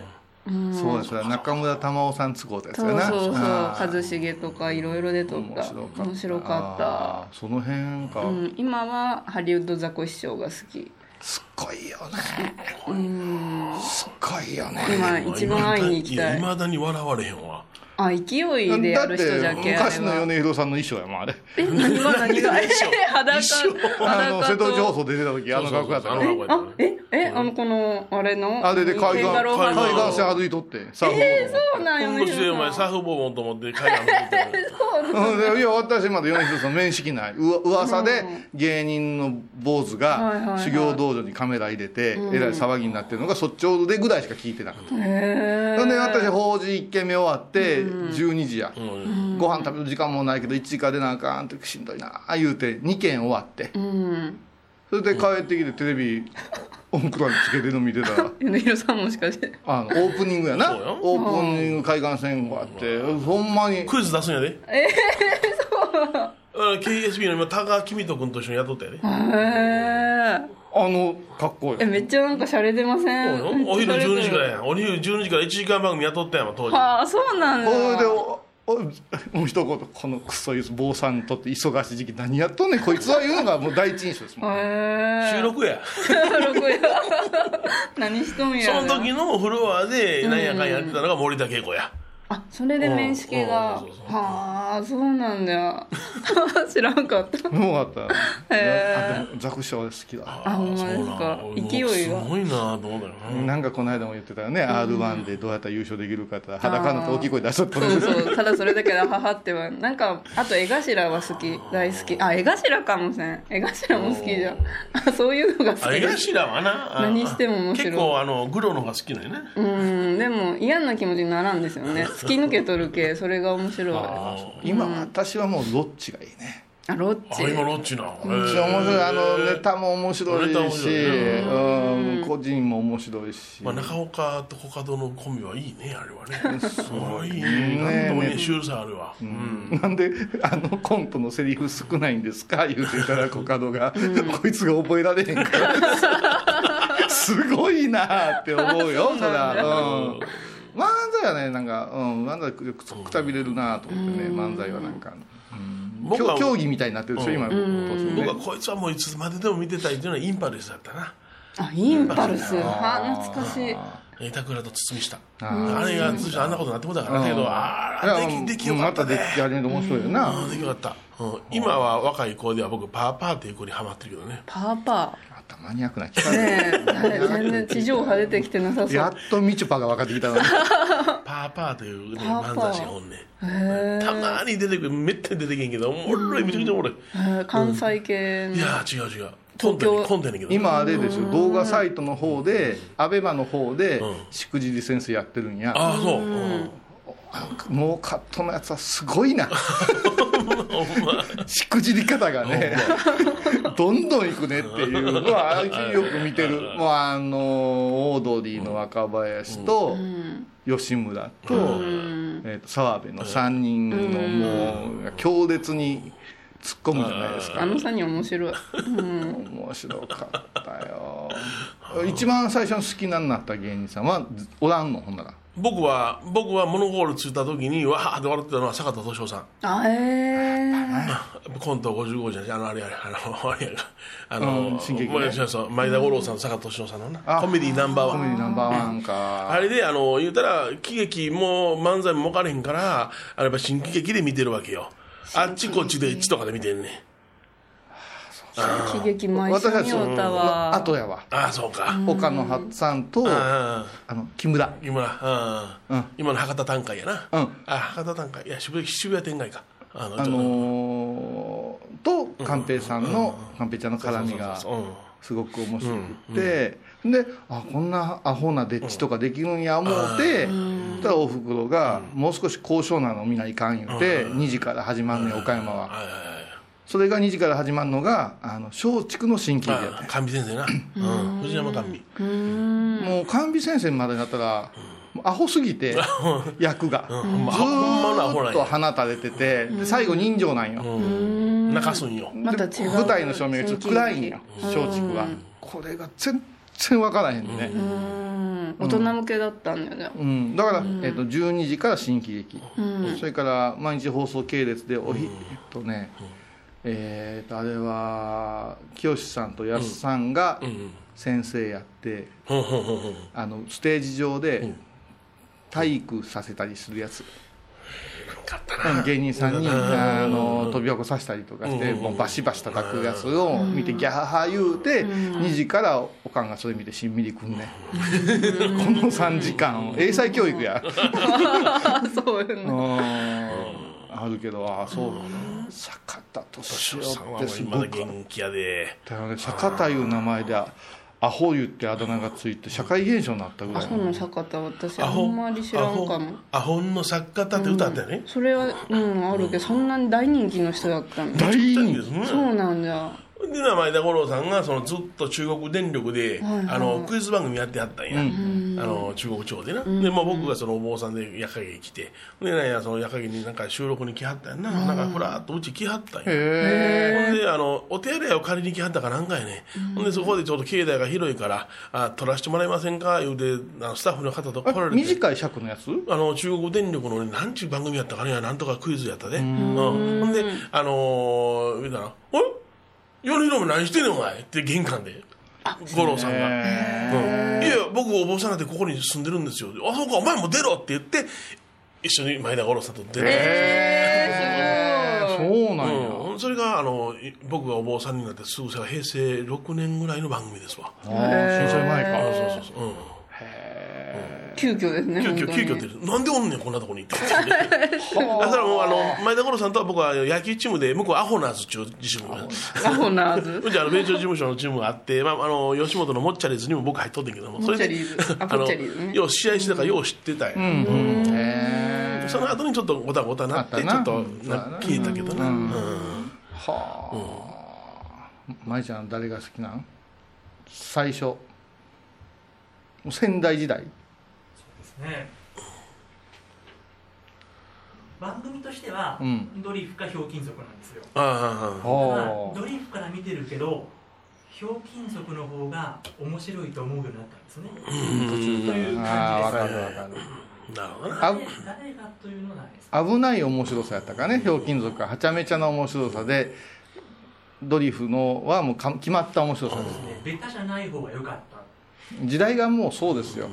そうですね。中村玉緒さん都合ですよね。 そう一茂とかいろいろ出とった。面白かった。 その辺か。 今はハリウッドザコシショウが好き。 すっごいよね。すっごいよね。 今一番会いに行きたい。 いまだに笑われへんわ。 勢いでやる人じゃけ。 昔の米広さんの衣装やもんあれ。 何が裸瀬戸内放送出てた時あの格好やったから。 このあれのあれで海岸線歩いとって。 そうなんよ。 今年でお前サーフボードと思って海岸歩いてる。 いや私まだ米広さん面識ない。噂で芸人の坊主が修行道場にカメラ入れてえらい騒ぎになってるのがそっちょうどでぐらいしか聞いてなかった。で私法事1軒目終わって12時や、ご飯食べる時間もないけど1時から出なあかんってしんどいな言うて2軒終わって、それで帰ってきてテレビオンクラにつけてるの見てたら米広さんもしかしてオープニングやな。オープニング海岸線があってほんまにクイズ出すんやで。そうKSB の今高木美斗君と一緒に雇ったやで。 かっこいい。 めっちゃなんかシャレ出ません？ お昼12時からやん。お昼12時から1時間番組雇ったやん当時。 そうなんだ。 それでもう一言このクソ坊さんにとって忙しい時期何やっとんねんこいつは言うのがもう第一印象ですもん。 収録や何しとんや。 その時のフロアで何やかんやってたのが森田恵子や。 それで面識が。そうなんだよ。知らんかった。 よかった。でもザコシショウ好きだ。 ほんまですか。勢いがすごいなと思ったよね。 なんかこの間も言ってたよね。R1 でどうやったら優勝できるかって裸の大きい声出しとった。 そうただそれだけで母ってはなんかあと絵頭は好き大好き。絵頭かもせん。絵頭も好きじゃん。そういうのが好き。 絵頭はな何しても面白い。 結構グロの方が好きだよね。 でも嫌な気持ちにならんですよね。突き抜けとる系それが面白い。 今私はもうロッチがいいね。 ロッチ。 今ロッチな。 面白い。ネタも面白いし、個人も面白いし。 中岡とコカドのコンビはいいねあれはね。すごいね。なんともねシュールさあるわ。 なんでコントのセリフ少ないんですか言うてたらコカドがこいつが覚えられへんからすごいなって思うよそら。漫才はねなんか漫才くたびれるなと思ってね漫才はなんか。競技みたいになってるでしょ今。 僕はこいつはもういつまででも見てたいっていうのはインパルスだったな。 インパルス懐かしい。 板倉と堤下あれが通常あんなことになってもだからだけどできよかったね。 またできあれで面白いよな。 できよかった。今は若い子では僕パーパーっていう子にハマってるけどね。 パーパーマニアックな企画ね全然地上波出てきてなさそう。 やっとみちょぱが分かってきたのにパーパーというね漫才師がおんねん。たまに出てくるめったに出てけんけどおもろいめちゃくちゃおもろい。 関西系の。 いや違うコンテねんけど今あれですよ動画サイトの方でアベマの方でしくじり先生やってるんや。 そうもうカットのやつはすごいなしくじり方がねどんどんいくねっていうのはよく見てる。もうオードリーの若林と吉村と澤部の3人のもう強烈に突っ込むじゃないですか。 3人面白い。 面白かったよ。一番最初の好きになった芸人さんはおらんのほんなら。 僕はモノゴールついた時にわーって笑ってたのは坂田敏夫さん。コント55じゃないあれや前田五郎さんと坂田敏夫さんのなコメディナンバーワン。 コメディナンバーワンか。 あれで言うたら喜劇も漫才も分かれへんからあれば新喜劇で見てるわけよ。あっちこっちで1とかで見てんね。 喜劇毎週見よったわ。 あとやわ。 そうか。 岡野八さんと木村。 今の博多短歌やな。博多短歌いや渋谷天外か。 と寛平さんの寛平ちゃんの絡みがすごく面白くてでこんなアホなデッチとかできるんや思うてそしたらおふくろがもう少し高尚なの見ないかん言うて2時から始まんねん岡山は。 それが2時から始まるのが松竹の新喜劇やって、 甘美先生な、藤山甘美。 もう甘美先生までだったらアホすぎて役がずーっと放たれてて、で最後人情なんよ、 泣かすんよ。 また違う舞台の照明がちょっと暗いんよ松竹は。これが全然分からへんね。 大人向けだったんだよね。 だから、12時から新喜劇、それから毎日放送系列であれは清さんと安さんが先生やって、ステージ上で体育させたりするやつ、芸人さんに飛び箱させたりとかして、もうバシバシ叩くやつを見てギャハハ言うて、2時からおかんがそれ見てしんみりくんねこの3時間英才教育やそうよね。 あるけど、そう坂田敏夫ってすごく元気やで。 坂田いう名前でアホ言ってあだ名がついて社会現象になったぐらい。 アホの坂田、私あんまり知らんかも。 アホの坂田って歌ったよね。 それはあるけど、そんなに大人気の人だったの。 大人気。 そうなんだ。 で前田五郎さんがずっと中国電力で、クイズ番組やってはったんや、中国地方でな、で僕がそのお坊さんで夜影に来て、でなんやその夜影になんか収録に来はったんやな、なんかふらっとうち来はったんや。ほんでお手洗いを借りに来はったかなんかやね。ほんでそこでちょっと境内が広いから撮らせてもらえませんか言うてスタッフの方と来られて。 短い尺のやつ？ 中国電力のなんちゅう番組やったかね、なんとかクイズやったで。ほんで見たら「あれ米広も何してんのお前」って玄関で五郎さんが「いや僕お坊さんなんてここに住んでるんですよ」あ、そうかお前も出ろ」って言って一緒に前田五郎さんと出て、 そうなんや。 それが僕がお坊さんになってすぐさ、平成6年ぐらいの番組ですわ。 震災前か。 そう急遽ですね。 急遽ってなんでおんねんこんなとこにってだからもう前田五郎さんとは僕は野球チームで、向こうアホナーズっていうチームがアホナーズじゃ米朝事務所のチームがあって、吉本のモッチャリーズにも僕入っとってんけども、それでよう試合してたからよう知ってたんや。その後にちょっとごたごたなってちょっと聞いたけどな。 舞ちゃん誰が好きなん？最初仙台時代。 ね、番組としては、ドリフかひょうきん族なんですよ。ドリフから見てるけどひょうきん族の方が面白いと思うようになったんですね。という感じです。 分かる。 なるほどな。 誰がというのがないです。 危ない面白さやったかね。ひょうきん族ははちゃめちゃな面白さで、ドリフのはもう決まった面白さです。 ベタじゃない方が良かった。 時代がもうそうですよ。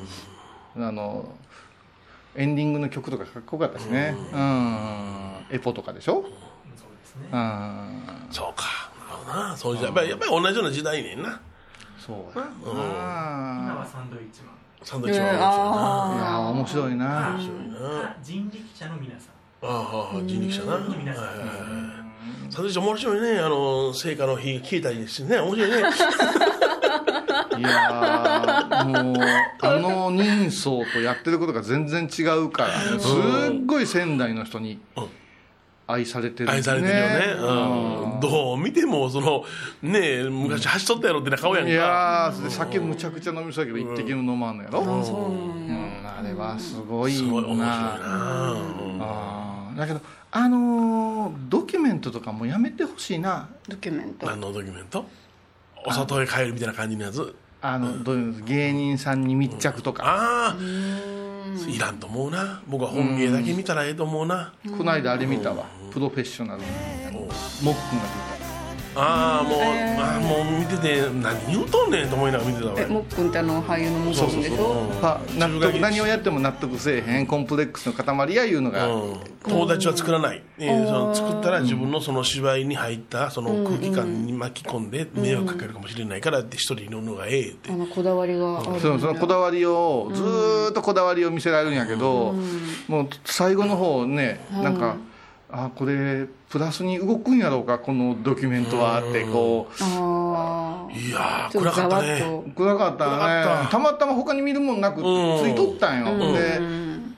エンディングの曲とかかっこよかったしね。エポとかでしょ。 そうですね。 そうか。なるほどな。そうじゃやっぱり同じような時代ねんな。 そうやな。 今はサンドイッチマン。 サンドイッチマン面白いな。 いや面白いな。 人力車の皆さん。 人力車な。 皆さん。 サンドイッチ面白いね。聖火の日聞いたりしてね、面白いね。 いやもう人相とやってることが全然違うからね、すっごい仙台の人に愛されてるね。 愛されてるよね。どう見ても昔走っとったやろってな顔やんか。 いや酒むちゃくちゃ飲みそうやけど一滴も飲まんのやろ。あれはすごいな。 すごい面白いな。 だけどドキュメントとかもやめてほしいな。 ドキュメント。 何のドキュメント？お里へ帰るみたいな感じのやつ。 どういう芸人さんに密着とか。 いらんと思うな。僕は本芸だけ見たらええと思うな。 この間あれ見たわ。プロフェッショナルのモックンが出た。 もう見てて何言うとんねんと思いながら見てたわ。 もっくんって俳優のもっくんでしょ。 何をやっても納得せえへんコンプレックスの塊やいうのが、 友達は作らない、作ったら自分のその芝居に入ったその空気感に巻き込んで迷惑かけるかもしれないからって一人いるのがええって、 こだわりがある。 そのこだわりをずーっとこだわりを見せられるんやけど、もう最後の方ね、なんかこれプラスに動くんやろうかこのドキュメントはってこう。 いや暗かったね。 暗かったね。たまたま他に見るもんなくついとったんよ。で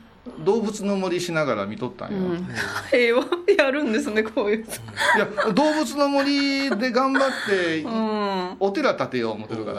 動物の森しながら見とったんよ、 平和やるんですねこういう。いや動物の森で頑張って、お寺建てよう思ってるから。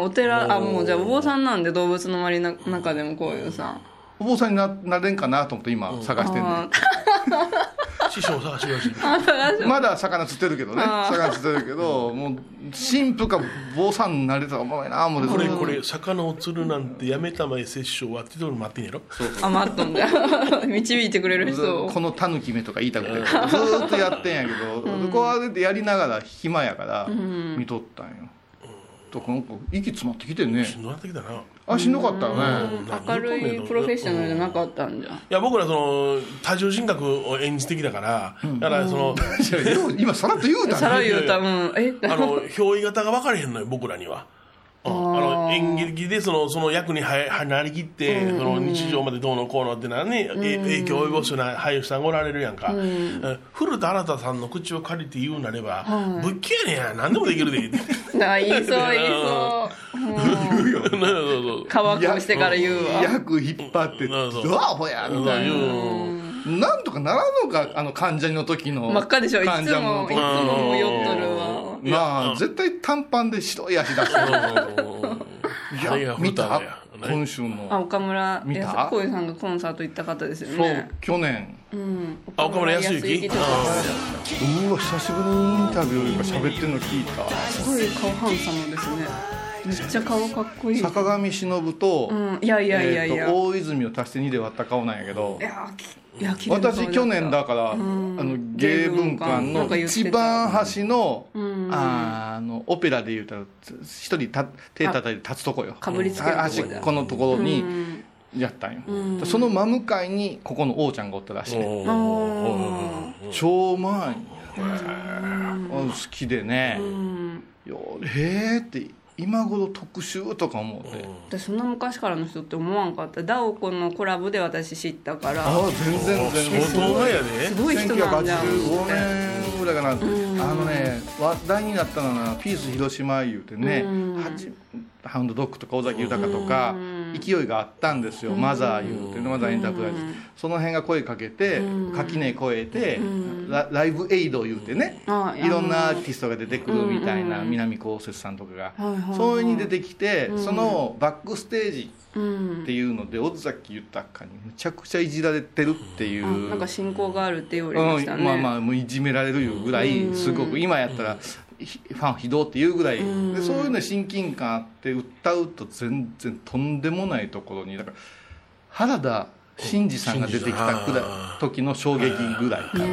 お寺、もうじゃあお坊さんなんで、動物の森の中でもこういうさお坊さんになれんかなと思って今探してんねん。 師匠探してください。 まだ魚釣ってるけどね、魚釣ってるけど、もう神父か坊さんになれたらおもろいな思って。 これ魚を釣るなんてやめたまえ摂政はってところ待ってんやろ。 待っとんだ導いてくれる人このタヌキ目とか言いたくてずーっとやってんやけど、こうやってやりながら暇やから見とったんよ。とかなんか息詰まってきてんね。 しんどなってきたな。 しんどかったよね。 明るいプロフェッショナルじゃなかったんじゃん。いや僕らその多重人格を演じてきたから、だからその今さらっと言うたね。 さら言うた。 憑依型が分かれへんのよ僕らには。演劇でその役になりきって、その日常までどうのこうのってなね、影響を及ぼすような俳優さんおられるやんか、古田新太さんの口を借りて言うなれば、ぶっきやねや何でもできるで言いそう乾くしてから言うわ。 役引っ張ってドアホやみたいな。なんとかならんのか、関ジャニの時の真っ赤でしょ、いつも酔っとるわ。 まあ絶対短パンで白い足出す。見た今週の岡村康之さんがコンサート行った方ですよね。 そう去年。 岡村康之。 うわ久しぶりにインタビューが喋ってるの聞いた。 すごい顔ハンサムですね。めっちゃ顔かっこいい。 坂上忍と大泉を足して2で割った顔なんやけど、私去年だから芸文館の一番端のオペラでいうたら一人手叩いて立つとこよ、 かぶりつけるとこ端っこのところにやったんよ。その真向かいにここの王ちゃんがおったらしい。超満員好きでね、へえって今頃特集とか思って。 私そんな昔からの人って思わんかった。ダオコのコラボで私知ったから。 全然相当前やで。 すごい人なんじゃん。 1985年ぐらいかな。話題になったのはピース広島言うてね、ハウンドドッグとか尾崎豊とか勢いがあったんですよ。マザー言うて、マザーエンタープライズ、その辺が声かけて垣根越えてライブエイド言うてね、いろんなアーティストが出てくるみたいな、南こうせつさんとかがそういうに出てきて、そのバックステージっていうので尾崎豊にむちゃくちゃいじられてるっていう、 なんか親交があるって言われましたね。 もういじめられるいうぐらいすごく、今やったらファン非道っていうぐらいで、そういうの親近感あって歌うと全然とんでもないところに、だから原田真二さんが出てきた時の衝撃ぐらいから。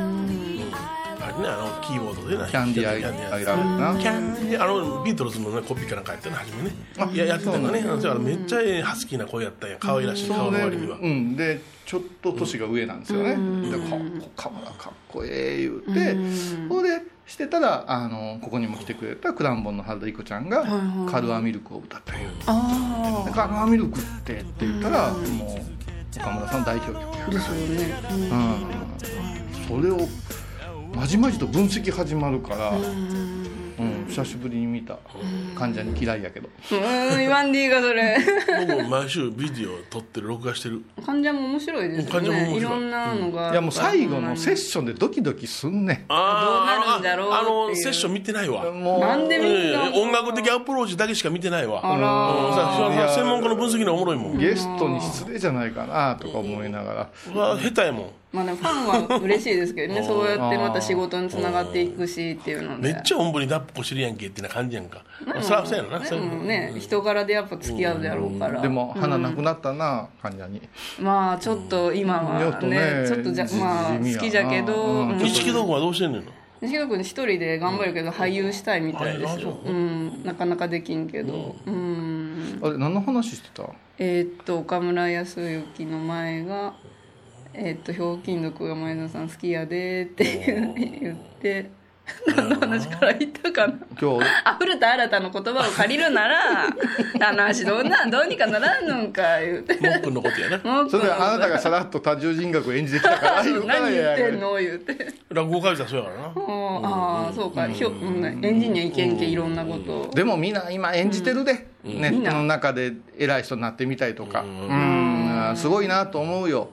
キーボードでキャンディアイラブな、 ビートルズの、コピーかなんかやってるの初めね、やってたのね。だからめっちゃハスキーな声やったんや、可愛らしい顔の割には。 でちょっと年が上なんですよね。で岡村かっこええ言うて、それでしてたらここにも来てくれたクランボンの原田育子ちゃんがカルアミルクを歌ったんよ。カルアミルクって言ったらもう岡村さんの代表曲やですよね。 それをまじまじと分析始まるから、久しぶりに見た。患者に嫌いやけど。 言わんでいいかそれ。 僕も毎週ビデオ撮ってる、録画してる。 患者も面白いですよね。いろんなのが。 いやもう最後のセッションでドキドキすんねん。 どうなるんだろうっていう。 セッション見てないわ。 なんで見たの？ 音楽的アプローチだけしか見てないわ。専門家の分析のおもろいもん。 ゲストに失礼じゃないかなとか思いながら。下手やもん。 ファンは嬉しいですけどね。そうやってまた仕事につながっていくしっていうので、 めっちゃおんぶに抱っこしてるやんけってな感じやんか。そりゃそうやろな。 ね、人柄でやっぱ付き合うであろうから。 でも花なくなったな、患者に。 ちょっと今はね、ちょっと好きじゃけど。 錦戸君はどうしてんねんの？ 錦戸君一人で頑張るけど俳優したいみたいですよ。なかなかできんけど。 あれ何の話してた？ 岡村康之の前がひょうきん族が前田さん好きやでって言って、 何の話から言ったかな。 今日古田新太の言葉を借りるならあの話どうにかならんのんか言うて、 もっくんのことやな。 それであなたがさらっと多重人格を演じてきたから言うから何言ってんの言うて、 落語会社そうやからな。 ああそうか、エンジニアいけんけいろんなことを。 でもみんな今演じてるで、ネットの中で偉い人になってみたりとか、すごいなと思うよ。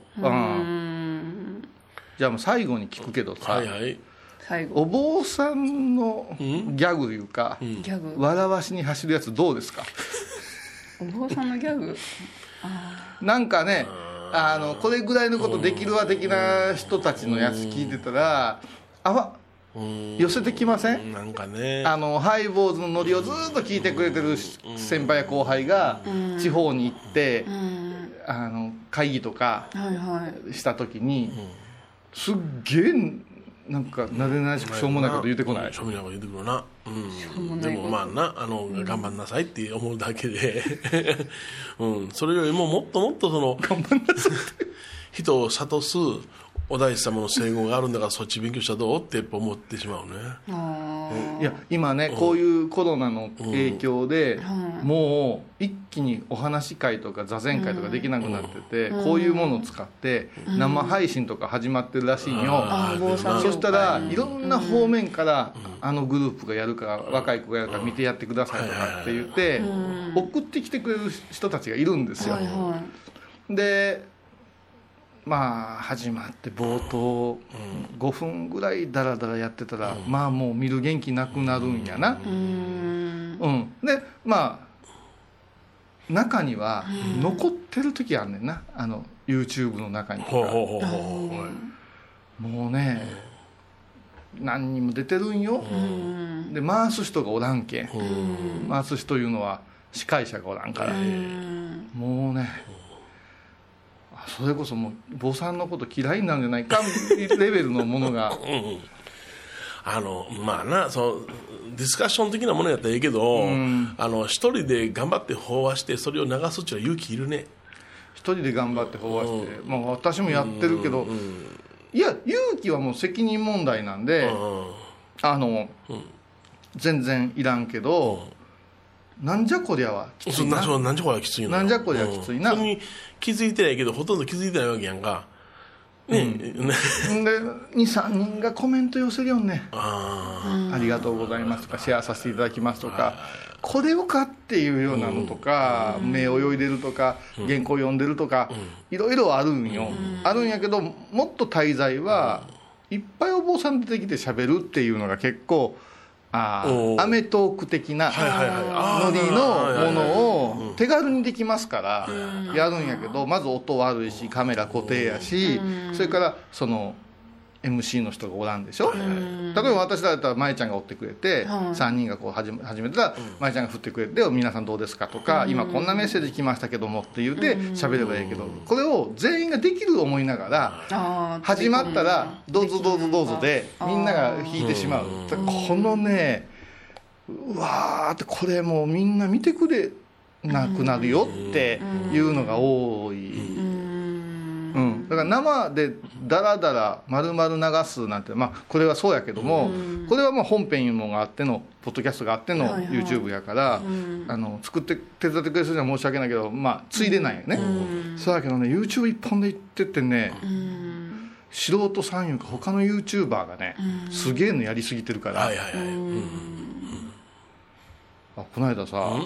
じゃあもう最後に聞くけどさ、 はいはい、 最後お坊さんのギャグいうか、 ギャグ笑わしに走るやつどうですか？ お坊さんのギャグなんかね、これぐらいのことできるわ的な人たちのやつ聞いてたら寄せてきません？ なんかね、 ハイボーズのノリをずっと聞いてくれてる先輩や後輩が地方に行って会議とかした時にすっげえなんかなでなしくしょうもないこと言ってこない？ しょうもないこと言ってくるな。でもまあな頑張んなさいって思うだけでそれよりももっともっと頑張んなさい人を諭すお大師様の聖語があるんだからそっち勉強したらどうってやっぱ思ってしまうね。 いや今ね、こういうコロナの影響で、もう一気にお話会とか座禅会とかできなくなってて、こういうものを使って生配信とか始まってるらしいんよ。そしたらいろんな方面からグループがやるから若い子がやるから見てやってくださいとかって言って送ってきてくれる人たちがいるんですよ。でまあ始まって冒頭5分ぐらいダラダラやってたら、まあもう見る元気なくなるんやな。でまあ中には残ってる時あんねんな、YouTube の中にとかもうね何人も出てるんよ。で回す人がおらんけん、回す人いうのは司会者がおらんから、もうねそれこそもう坊さんのこと嫌いになるんじゃないかレベルのものがまあなディスカッション的なものやったらいいけど、一人で頑張って飽和してそれを流すっちゅうのは勇気いるね。 一人で頑張って飽和して、まあ、私もやってるけど、いや勇気はもう責任問題なんで、全然いらんけど、なんじゃこりゃはきついな。 なんじゃこりゃきついな。 なんじゃこりゃきついな。 それに気づいてないけどほとんど気づいてないわけやんか。で 23人がコメント寄せるよね。ありがとうございますとかシェアさせていただきますとか、これをかっていうようなのとか、目泳いでるとか原稿読んでるとか、いろいろあるんよ。あるんやけど、もっと滞在はいっぱいお坊さん出てきて喋るっていうのが結構アメトーク的なノリのものを手軽にできますからやるんやけど、まず音悪いしカメラ固定やし、それからMC の人がおらんでしょ。例えば私だったら舞ちゃんがおってくれて、3人がこう始めたら舞ちゃんが振ってくれて、皆さんどうですかとか、今こんなメッセージ来ましたけどもって言うて喋ればいいけど、これを全員ができる思いながら始まったらどうぞどうぞどうぞでみんなが弾いてしまう。このね、うわーってこれもうみんな見てくれなくなるよっていうのが多い。だから生でダラダラ丸々流すなんて、まあこれはそうやけども、これはまあ本編いうのがあってのポッドキャストがあっての YouTube やから、作って手伝ってくれる人には申し訳ないけど、まあついでないよね。そうだけどね、 YouTube 一本で言ってってね、素人さんいうか他の YouTuber がね、すげえのやりすぎてるから、この間さ、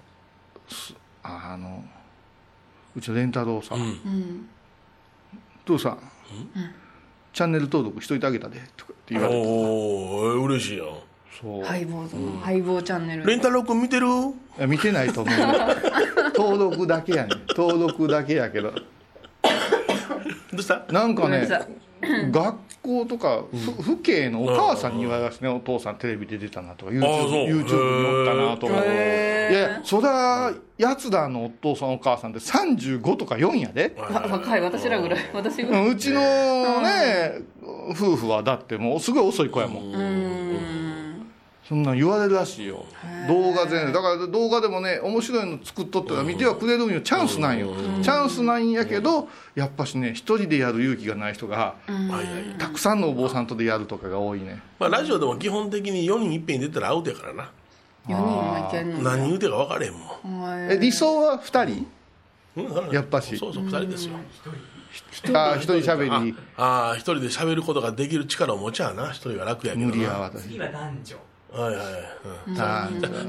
うちのレンタロウさん、父さん、チャンネル登録しといてあげたでとかって言われて、 嬉しいよ。 そう、ハイボーチャンネル。 レンタロウ君見てる？ いや見てないと思う登録だけやねん。登録だけやけどどうした？ なんかね、学校とか父兄のお母さんに言われますね、お父さんテレビで出たなとか YouTube におったなとか。いやそりゃやつらのお父さんお母さんって35とか4やで。 若い、私らぐらい。私ぐらい。 うちのね夫婦はだってもうすごい遅い子やもん。 そんなん言われるらしいよ。動画全然だから動画でもね面白いの作っとったら見てはくれるんよ。チャンスなんよ。チャンスなんやけどやっぱしね一人でやる勇気がない人がたくさんのお坊さんとでやるとかが多いね。 まあラジオでも基本的に4人いっぺんに出たらアウトやからな。 4人もいけんの。 何言うてか分かれへんもん。 理想は2人？やっぱしそうそう2人ですよ。 一人喋り。 一人で喋ることができる力を持ちゃうな。一人は楽やけどな。 無理や私。 次は男女。 はいはい、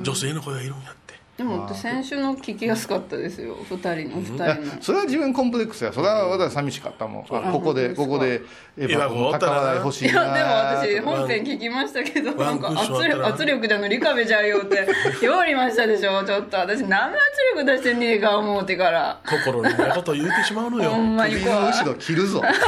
女性の声がいるんやって。 でも先週の聞きやすかったですよ。2人のそれは自分コンプレックスや。それは私寂しかったもん。ここでエヴァ君関わり欲しいな。 いやでも私本編聞きましたけどなんか圧力じゃのリカベじゃよって言われましたでしょ。ちょっと私何の圧力出してねえか思うてから心のないこと言うてしまうのよ。 ほんまに首の後ろ切るぞ。 また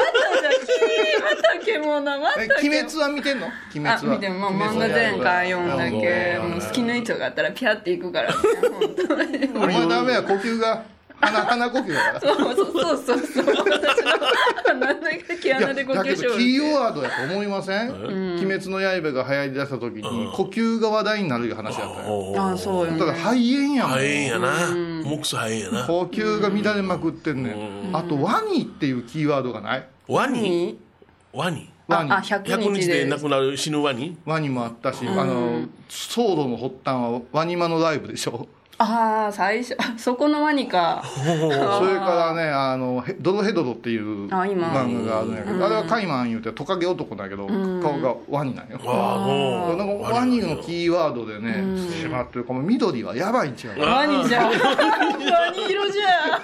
獣また鬼滅は見てんの？鬼滅は見ても漫画全巻読んだけもう好きな人があったらピャっていくから本当にお前ダメや呼吸が鼻呼吸だからそう私の鼻が毛穴で呼吸しよう。 だけどキーワードやと思いません？鬼滅の刃が流行りだした時に呼吸が話題になるいう話やったよ。 そうよね。 ただ肺炎やもん。 肺炎やな。目素肺炎やな。 呼吸が乱れまくってんねん。あとワニっていうキーワードがない？ ワニ100日で亡くなる死ぬワニもあったし、騒動の発端はワニマのライブでしょ。 最初そこのワニか。 それからねドロヘドロっていう漫画があるんやけど、あれはカイマン言うてトカゲ男だけど顔がワニなんよ。なんかワニのキーワードでねしまってる。この緑はやばいん違う。 ワニじゃワニ色じゃ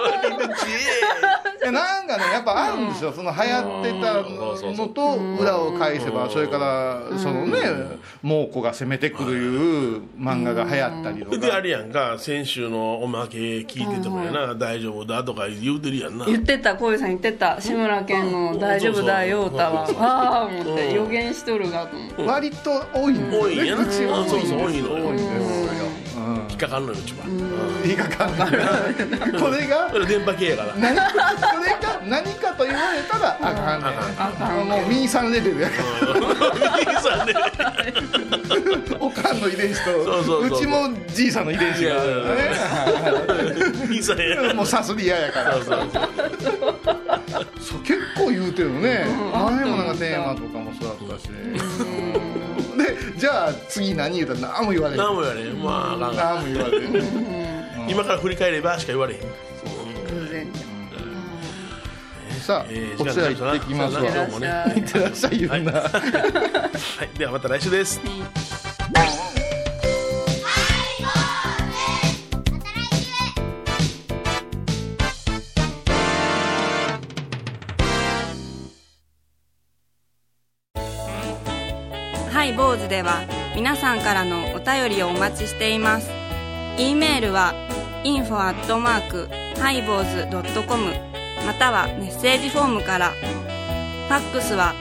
なんかねやっぱあるんですよ。その流行ってたのと裏を返せば、それからそのね猛虎が攻めてくるいう漫画が流行ったりとかであれやんか。先週のおまけ聞いててもやな、大丈夫だとか言うてるやんな。 言ってた、こういうさん言ってた。志村けんの大丈夫だよ歌は思って予言しとるがと思って。 割と多いんですよ。 多いんやな。 多いのよ。 引っかかんのよ一番。 引っかかんのよ。これが電波系やから。 これが何かと言われたらあかんねん。もうミーさんレベルやから。ミーさんレベル。おかんの遺伝子とうちもじいさんの遺伝子があるからね。 ミーさんや。 もうさすり嫌やから。そう結構言うてるのね。前もなんかテーマとかもそうだったし。でじゃあ次何言うたら何も言われへん。 何も言われへん。まあ何も言われへん。今から振り返ればしか言われへん。 さあお世話行ってきますわ。いってらっしゃい言うな。 はいではまた来週です。 ハイボーズでは皆さんからのお便りをお待ちしています。 E メールは info@highboz.com またはメッセージフォームから。ファックスは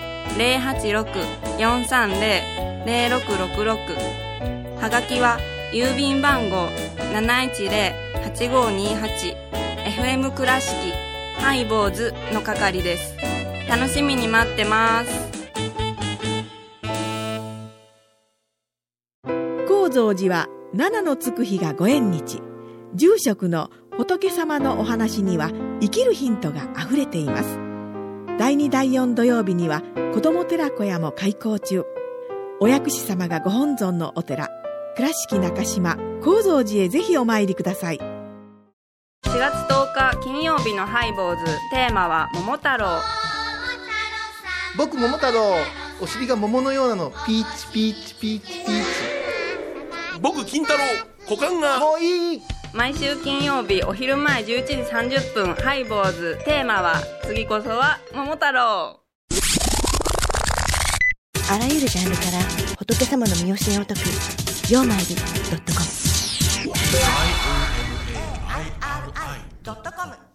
086-430-0666 はがきは郵便番号 710-8528 FM 倉敷ハイボーズの係です。楽しみに待ってます。 高蔵寺は七のつく日がご縁日。住職の仏様のお話には生きるヒントがあふれています。第2第4土曜日には子ども寺小屋も開校中。お薬師様がご本尊のお寺倉敷中島・高蔵寺へぜひお参りください。 4月10日金曜日のハイボーズ、テーマは桃太郎。 僕桃太郎、お尻が桃のようなの。ピーチピーチピーチピーチ。 僕金太郎、股間がもういい。 毎週金曜日お昼前11時30分ハイボーズ、テーマは次こそは桃太郎。 あらゆるジャンルから仏様の身教えを解くようまいり.com